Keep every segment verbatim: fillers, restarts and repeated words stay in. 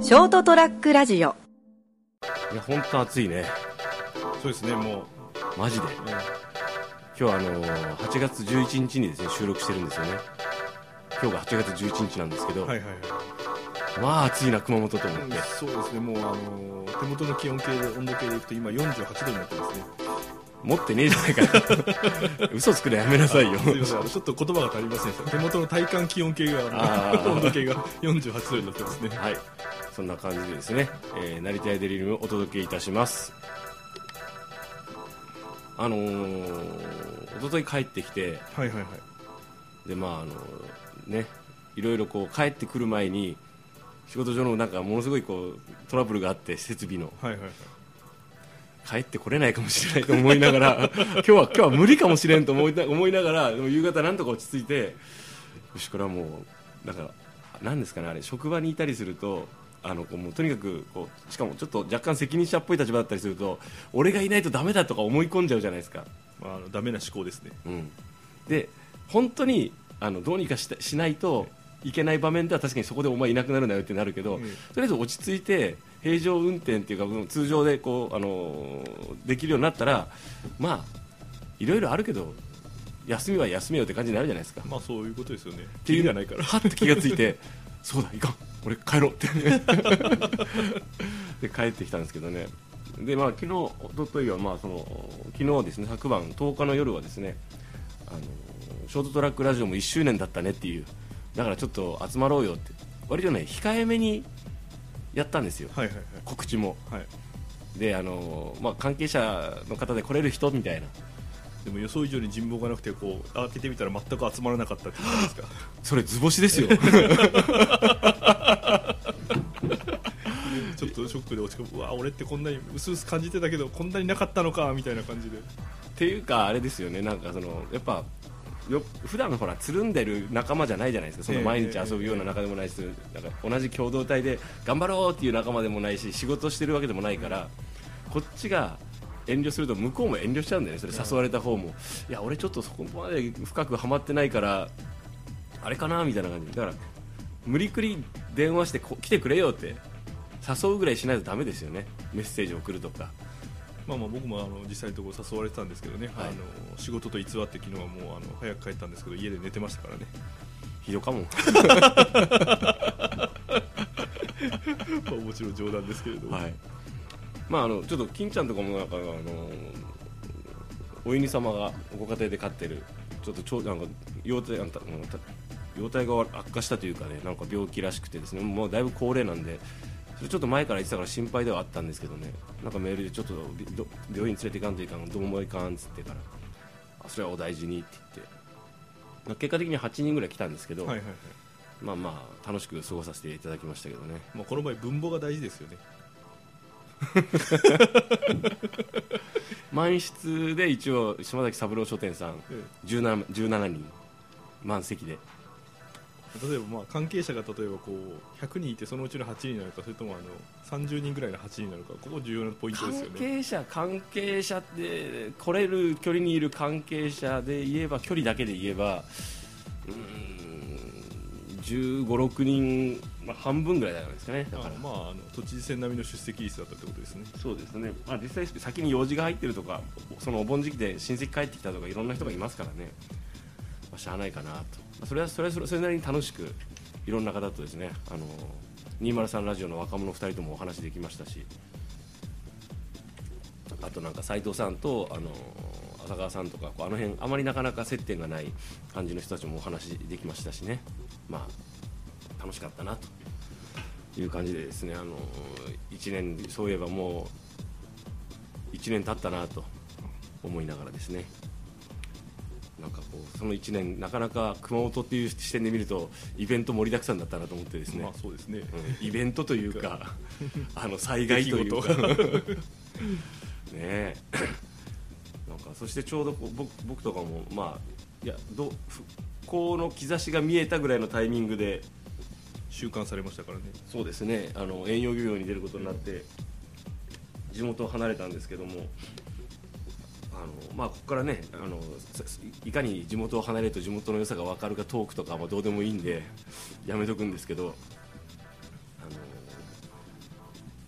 ショートトラックラジオ。 いや本当暑いね。 そうですね、もうマジで、うん、今日はあのー、はちがつじゅういちにちにですね収録してるんですよね。今日がはちがつじゅういちにちなんですけど、はいはいはい、まあ暑いな熊本と思って、うん、 そうですね、もうあのー、手元の気温計で温度計でいくと今よんじゅうはちどになってますね。 持ってねえじゃないか嘘つくのやめなさいよ。 すいません、あのちょっと言葉が足りません。手元の体感気温計が温度計がよんじゅうはちどになってますね。 はい、そんな感じでですね、えー、成田屋デリリウムをお届けいたします。あのー、おととい帰ってきて、 はいはいはい、 でまああのね、いろいろこう帰ってくる前に仕事上のなんかものすごいこうトラブルがあって、設備の、はいはいはい、帰ってこれないかもしれないと思いながら今日は今日は無理かもしれんと思いな、思いながら、でも夕方なんとか落ち着いて、よしこれはもうなんかなんですかね、あれ職場にいたりすると、あのこうもうとにかくこう、しかもちょっと若干責任者っぽい立場だったりすると、俺がいないとダメだとか思い込んじゃうじゃないですか。 まあ、あのダメな思考ですね、 うん、で本当にあのどうにか し, しないといけない場面では確かにそこでお前いなくなるなよってなるけど、うん、とりあえず落ち着いて平常運転っていうか通常でこう、あのー、できるようになったら、まあいろいろあるけど休みは休めよって感じになるじゃないですか。 まあそういうことですよね。 っていうがないからはって気がついてそうだいかん俺帰ろうってで帰ってきたんですけどね。でまあ昨日おとといはまあその昨日ですね、昨晩とおかの夜はですね、あのショートトラックラジオもいっしゅうねんだったねっていう、だからちょっと集まろうよって割とね控えめにやったんですよ、はいはいはい、告知も、はい、であの、まあ、関係者の方で来れる人みたいな。 でも予想以上に人望がなくてこう開けてみたら全く集まらなかったって言うんですかそれ図星ですよちょっとショックで落ち込む。うわ俺ってこんなに薄々感じてたけどこんなになかったのかみたいな感じで。 っていうかあれですよね、なんかそのやっぱよ普段ほらつるんでる仲間じゃないじゃないですか。その毎日遊ぶような仲でもないし、えーえー、なんか同じ共同体で頑張ろうっていう仲間でもないし、仕事してるわけでもないから、こっちが遠慮すると向こうも遠慮しちゃうんだよね。それ誘われた方も、いや俺ちょっとそこまで深くはまってないからあれかなみたいな感じだから、無理くり電話してこ来てくれよって誘うぐらいしないとダメですよね。メッセージを送るとか。 まあ、まあ僕もあの実際のところ誘われてたんですけどね、はい、あの仕事と偽って昨日はもうあの早く帰ったんですけど家で寝てましたからね。 ひどかもまあもちろん冗談ですけれども、はい、 まあ、あのちょっと金ちゃんとかもなんかあのお犬様がご家庭で飼ってるちょっと超なんか容体容体が悪化したというかね、なんか病気らしくてですね、もうだいぶ高齢なんで、それちょっと前から言ってたから心配ではあったんですけどね、なんかメールでちょっと病院連れていかんといかん、どうもいかんっつってから、あそれはお大事にって言って、まあ、結果的にはちにんぐらい来たんですけど、はいはいはい、まあまあ楽しく過ごさせていただきましたけどね。 まあ、この場合分母が大事ですよね満室で一応島崎三郎書店さん、ええ、じゅうなな, じゅうななにん満席で、 例えばまあ関係者が例えばこうひゃくにんいてそのうちのはちにんなのか、それともあのさんじゅうにんぐらいのはちにんなのか、ここ重要なポイントですよね。 関係者関係者で来れる距離にいる関係者で言えば、距離だけで言えばうーんじゅうご、ろくにん、まあ、半分ぐらいじゃないですかね。だからあまあ、あの都知事選並みの出席率だったってことですね。 そうですね、まあ、実際先に用事が入ってるとか、そのお盆時期で親戚帰ってきたとかいろんな人がいますからね、まあ、しゃあないかなと。それはそれはそれなりに楽しくいろんな方とですね、あのにひゃくさんラジオの若者ふたりともお話できましたし、あとなんか斉藤さんとあの浅川さんとか、あの辺あまりなかなか接点がない感じの人たちもお話できましたしね、まあ楽しかったなという感じでですね、あのいちねん、そういえばもういちねん経ったなと思いながらですね、なんかこうそのいちねんなかなか熊本っていう視点で見るとイベント盛りだくさんだったなと思ってですね、 まあそうですね、 うん、イベントというかあの災害というかねえなんかそしてちょうど僕, 僕とかもまあいやど復興の兆しが見えたぐらいのタイミングで収監されましたからね。 そうですね、あの遠洋漁業に出ることになって地元を離れたんですけども、あのまあ、ここからね、あのいかに地元を離れると地元の良さが分かるかトークとかはどうでもいいんでやめとくんですけど、あの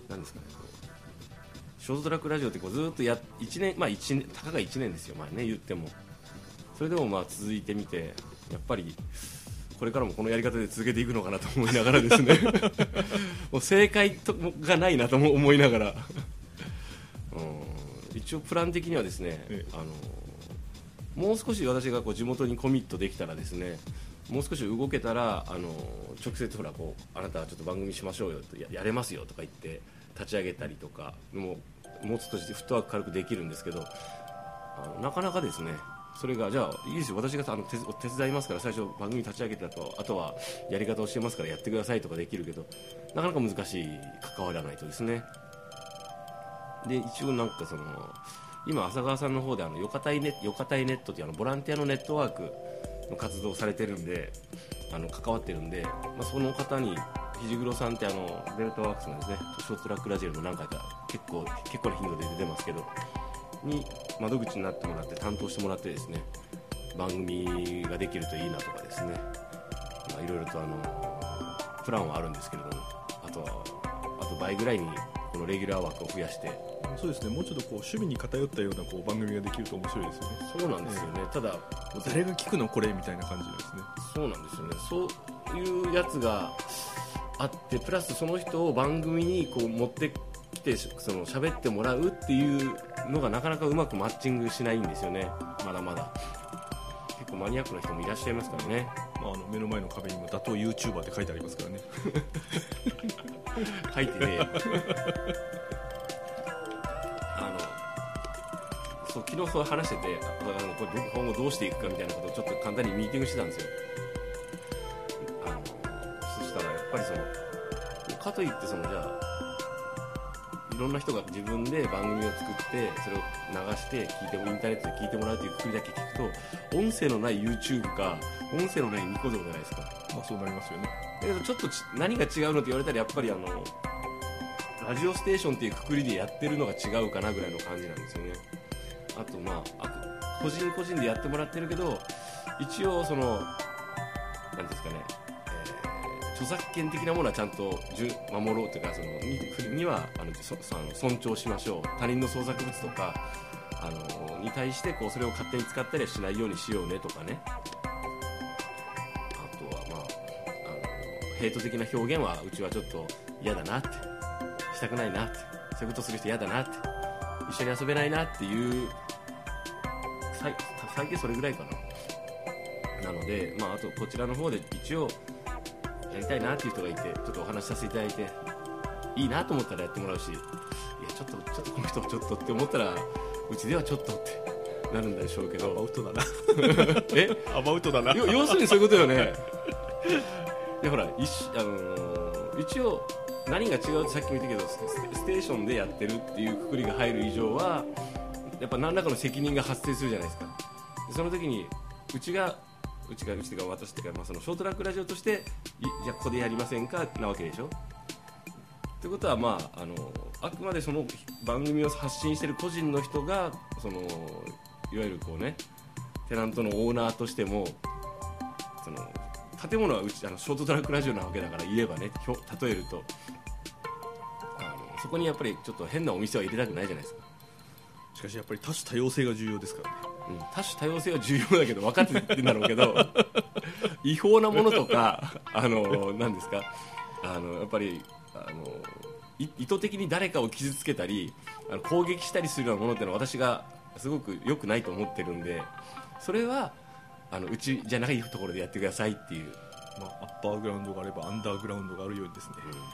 なんですかね、ショートトラックラジオってこうずっとやいちねん、まあいちねん、たかがいちねんですよ、まあね、言っても。それでもまあ続いてみて、やっぱりこれからもこのやり方で続けていくのかなと思いながらですねもう正解とがないなと思いながらうん、一応プラン的にはですね、ええ、あのもう少し私がこう地元にコミットできたらですね、もう少し動けたら、あの直接ほらこうあなたはちょっと番組しましょうよと や, やれますよとか言って立ち上げたりとかもうもう少しフットワーク軽くできるんですけど、あのなかなかですね、それがじゃあいいですよ、私があの 手, 手伝いますから最初番組立ち上げたと、あとはやり方を教えますからやってくださいとかできるけど、なかなか難しい、関わらないとですね。で一応なんかその今浅川さんの方であのよかたいネットというあのボランティアのネットワークの活動をされてるんで、あの関わってるんで、まあ、その方に肘黒さんってあのベルトワークスのですねショートトラックラジオの何回か結構結構な頻度で出てますけどに窓口になってもらって担当してもらってですね、番組ができるといいなとかですね、まあ、いろいろとあのプランはあるんですけれども、あとはあと倍ぐらいにこのレギュラー枠を増やして、 そうですね、もうちょっとこう趣味に偏ったようなこう番組ができると面白いですよね。 そうなんですよね、えー、ただ誰が聞くのこれみたいな感じなんですね。 そうなんですよね、そういうやつがあって、プラスその人を番組にこう持ってきてその喋ってもらうっていうのがなかなかうまくマッチングしないんですよね。まだまだ結構マニアックな人もいらっしゃいますからね。 まあ、あの目の前の壁にも打倒 YouTuber って書いてありますからね書いてねあのそう昨日そう話してて、あのこれ今後どうしていくかみたいなことをちょっと簡単にミーティングしてたんですよ。あのそしたらやっぱりそのかといってそのじゃあいろんな人が自分で番組を作ってそれを流して聞いてもインターネットで聞いてもらうというくくりだけ聞くと、音声のない YouTube か音声のないニコ動じゃないですか。 まあそうなりますよね。 だけどちょっと何が違うのって言われたらやっぱりあのラジオステーションっていうくくりでやってるのが違うかなぐらいの感じなんですよね。あとまあ個人個人でやってもらってるけど、一応そのなんですかね、著作権的なものはちゃんと守ろうというか、その に, にはあのそあの尊重しましょう、他人の創作物とかあのに対してこうそれを勝手に使ったりはしないようにしようねとかね。あとはまあ、あのヘイト的な表現はうちはちょっと嫌だなって、したくないなって、そういうことする人嫌だなって、一緒に遊べないなっていう最, 最低それぐらいかな。なので、まあ、あとこちらの方で一応やりたいなっていう人がいてちょっとお話しさせていただいて、いいなと思ったらやってもらうし、いやちょっとちょっとこの人はちょっとって思ったらうちではちょっとってなるんでしょうけど、 アバウトだなえアバウトだな要するにそういうことよねでほら一、あのー、一応何が違うってさっきも言ったけどステーションでやってるっていうくくりが入る以上はやっぱ何らかの責任が発生するじゃないですか。でその時にうちがうちがうちが私というか、まあ、そのショートラックラジオとしてじゃあここでやりませんかなわけでしょ。ということは、まあ、あのあくまでその番組を発信している個人の人がそのいわゆるこうねテナントのオーナーとしてもその建物はうちあのショートトラックラジオなわけだから言えばね例えるとあのそこにやっぱりちょっと変なお店は入れたくないじゃないですか。 しかしやっぱり多種多様性が重要ですからね。 うん、多種多様性は重要だけど分かってるんだろうけど違法なものとかあの何ですかあのやっぱりあの意図的に誰かを傷つけたりあの攻撃したりするようなものっていうのは私がすごく良くないと思ってるんで、それはあのうちじゃないところでやってくださいっていう、 まあ、アッパーグラウンドがあればアンダーグラウンドがあるようにですね、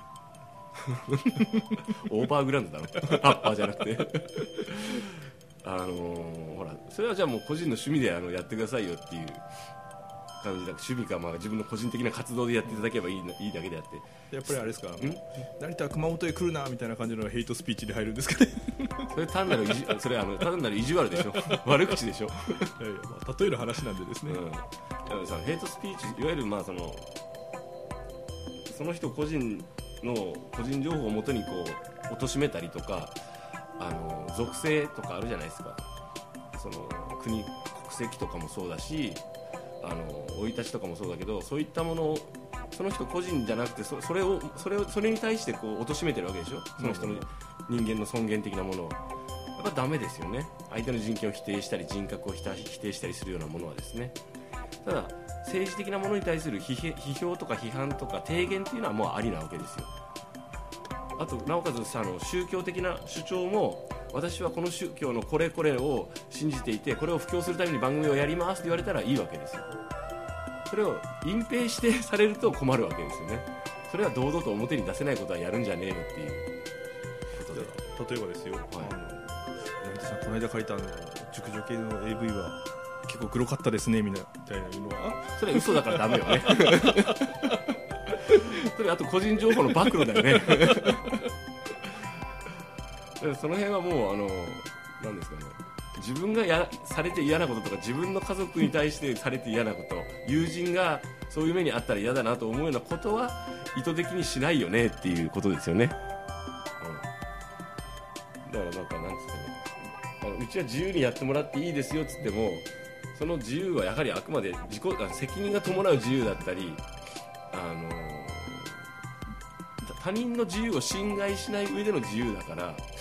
うん、オーバーグラウンドだろアッパーじゃなくてあのー、ほらそれはじゃあもう個人の趣味であのやってくださいよっていう感じだ。趣味か、まあ、自分の個人的な活動でやっていただければいい、いいだけであって、 やっぱりあれですか、成田熊本へ来るなみたいな感じのヘイトスピーチで入るんですかねそれ単なるいじそれあの単なる意地悪でしょ悪口でしょいやいや、まあ、例える話なんでですね、 うん、さヘイトスピーチいわゆるまあそのその人個人の個人情報をもとにこう貶めたりとかあの属性とかあるじゃないですか。その国国籍とかもそうだしあの生い立ちとかもそうだけど、そういったものその人個人じゃなくて そ, それをそれをそれに対してこう貶めてるわけでしょ、その人の人間の尊厳的なものを。やっぱダメですよね。相手の人権を否定したり人格を否定したりするようなものはですね。ただ政治的なものに対する 批, 批評とか批判とか提言というのはもうありなわけですよ。あとなおかつあの宗教的な主張も、私はこの宗教のこれこれを信じていて、これを布教するために番組をやりますと言われたらいいわけですよ。それを隠蔽してされると困るわけですよね。それは堂々と表に出せないことはやるんじゃねえよっていうことで。 例えばですよ、はい、あの成田さんこの間書いたあの熟女系の エーブイ は結構黒かったですねみたいなのは、 それは嘘だからダメよねそれあと個人情報の暴露だよねその辺はもうあの何ですかね、自分がやされて嫌なこととか、自分の家族に対してされて嫌なこと、友人がそういう目にあったら嫌だなと思うようなことは意図的にしないよねっていうことですよね、うん、だからなんかなんですかね、あのうちは自由にやってもらっていいですよっつっても、その自由はやはりあくまで自己責任が伴う自由だったり、あの他人の自由を侵害しない上での自由だから、あのなんてい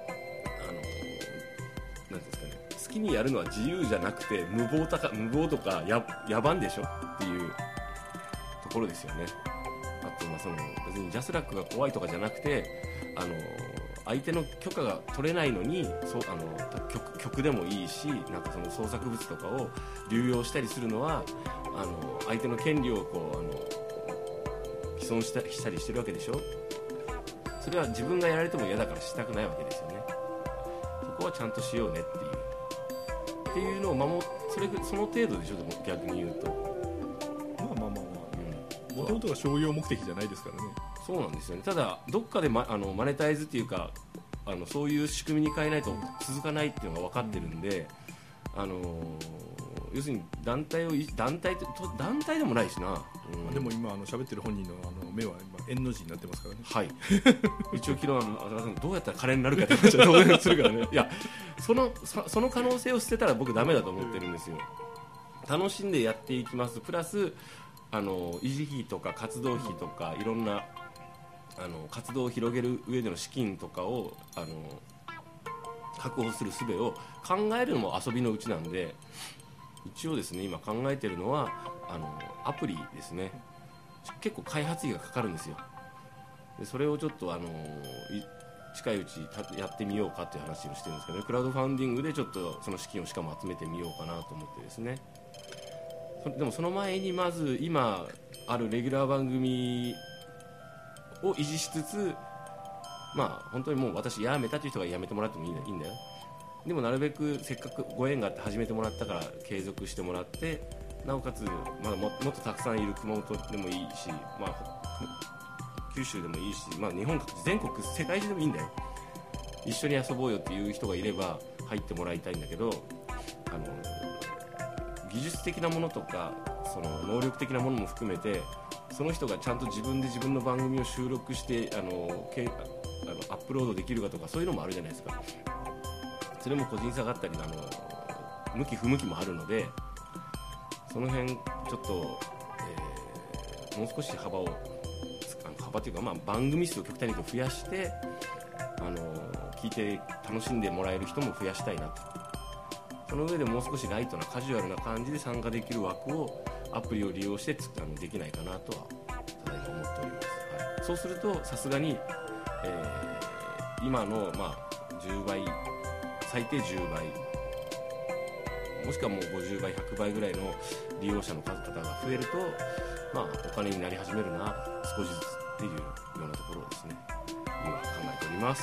うんですかね、好きにやるのは自由じゃなくて無謀とか無謀とかや野蛮でしょっていうところですよね。あとまあその別にジャスラックが怖いとかじゃなくて、あの相手の許可が取れないのにそうあの 曲, 曲でもいいし、なんかその創作物とかを流用したりするのは、あの相手の権利をこうあの毀損 した, したりしてるわけでしょ。それは自分がやられても嫌だからしたくないわけですよね。そこはちゃんとしようねっていうっていうのを守っそれその程度でしょ。でも逆に言うとまあまあまあまあもともとは商業目的じゃないですからね。 そうなんですよね。ただどっかで、ま、あのマネタイズっていうか、あのそういう仕組みに変えないと続かないっていうのが分かってるんで、あの要するに団体を団体と団体でもないしな、 うん、でも今あの喋ってる本人のあの目は今円の字になってますからね。はい一応昨日あのどうやったら金になるかって話は当然するからねいやそのその可能性を捨てたら僕ダメだと思ってるんですよ。楽しんでやっていきます。プラスあの維持費とか活動費とかいろんなあの活動を広げる上での資金とかをあの確保する術を考えるのも遊びのうちなんで、一応ですね今考えてるのはあのアプリですね。結構開発費がかかるんですよ。でそれをちょっとあの近いうちやってみようかっていう話をしてるんですけどね、クラウドファンディングでちょっとその資金をしかも集めてみようかなと思ってですね。でもその前にまず今あるレギュラー番組を維持しつつ、まあ本当にもう私辞めたという人が辞めてもらってもいいんだ、いいんだよ。でもなるべくせっかくご縁があって始めてもらったから継続してもらって、なおかつまだ も, もっとたくさんいる熊本でもいいし、まあ、九州でもいいし、まあ、日本全国世界中でもいいんだよ。一緒に遊ぼうよっていう人がいれば入ってもらいたいんだけど、あの技術的なものとかその能力的なものも含めて、その人がちゃんと自分で自分の番組を収録してあのけあのアップロードできるかとか、そういうのもあるじゃないですか。それも個人差があったり、あの向き不向きもあるので、その辺ちょっと、えー、もう少し幅をあの幅というか、まあ、番組数を極端に増やして、あの聞いて楽しんでもらえる人も増やしたいなと。その上でもう少しライトなカジュアルな感じで参加できる枠をアプリを利用してあのできないかなとはただいま思っております、はい、そうするとさすがに、えー、今の、まあ、じゅうばい、最低じゅうばいもしくはもうごじゅうばいひゃくばいぐらいの利用者の方が増えると、まあ、お金になり始めるな少しずつっていうようなところをですね今考えております。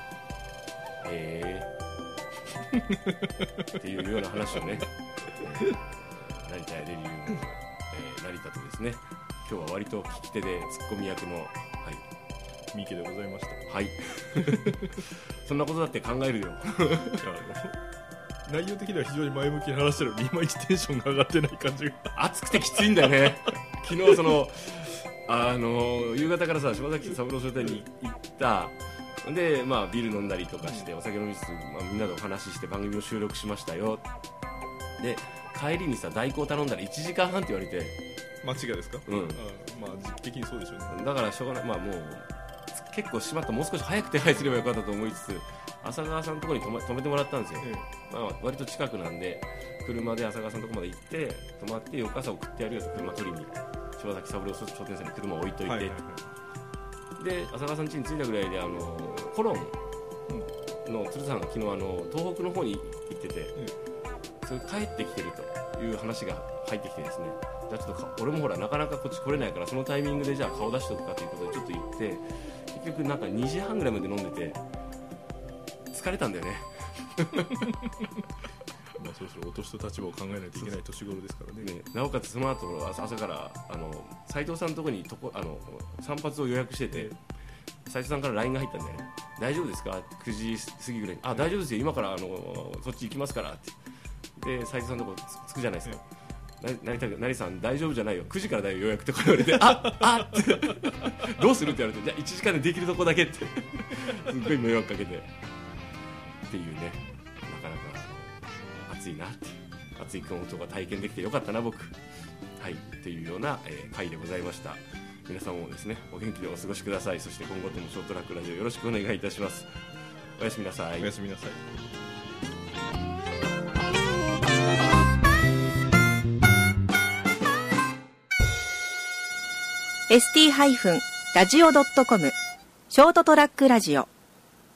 えーっていうような話をね、えー、成田やレリューの、えー、成田とですね、今日は割と聞き手でツッコミ役の、はい、 三池でございました。 はいそんなことだって考えるよ内容的には非常に前向きな話してるのに、いまいちテンションが上がってない感じが熱くてきついんだよね昨日そのあの夕方からさ島崎三郎商店に行ったで、まあ、ビール飲んだりとかしてお酒飲みつつ、まあ、みんなでお話しして番組を収録しましたよ。で帰りにさ代行頼んだらいちじかんはんって言われて、 街がですか？ うん、 あまあ時期的にそうでしょうね。 だからしょうがない、まあもう結構しまった、もう少し早く手配すればよかったと思いつつ、浅川さんのところに止め、止めてもらったんですよ、 えまあ、割と近くなんで車で浅川さんのところまで行って泊まって、翌朝送ってやるよと車取りに柴崎三郎商店さんに車を置いといて、 はいはいはい、 で浅川さん家に着いたぐらいであのコロンの鶴さんが昨日あの東北の方に行ってて、うん、それ帰ってきてるという話が入ってきてですね、じゃあちょっと俺もほらなかなかこっち来れないからそのタイミングでじゃあ顔出しとくかということでちょっと行って、結局なんかにじはんぐらいまで飲んでて疲れたんだよねまあそろそろお年と立場を考えないといけない年頃ですから ね, ねなおかつその後朝からあの斉藤さんのところにとこあの散髪を予約してて、斉藤さんから ライン が入ったんで、ね、大丈夫ですかくじ過ぎぐらいに、あ大丈夫ですよ今からあのそっち行きますからってで斉藤さんのとこ着くじゃないですか、成田成さん大丈夫じゃないよくじからだよ予約って言われてああってどうするって言われて、じゃあいちじかんでできるとこだけってすっごい迷惑かけてっていうね、なかなか暑いなって暑い熊本が体験できてよかったな僕、はいっていうような、えー、回でございました。皆さんもですねお元気でお過ごしください。そして今後ともショートラックラジオよろしくお願いいたします。おやすみなさい。 おやすみなさい。 エスティー ラジオ ドットコム ショートトラックラジオ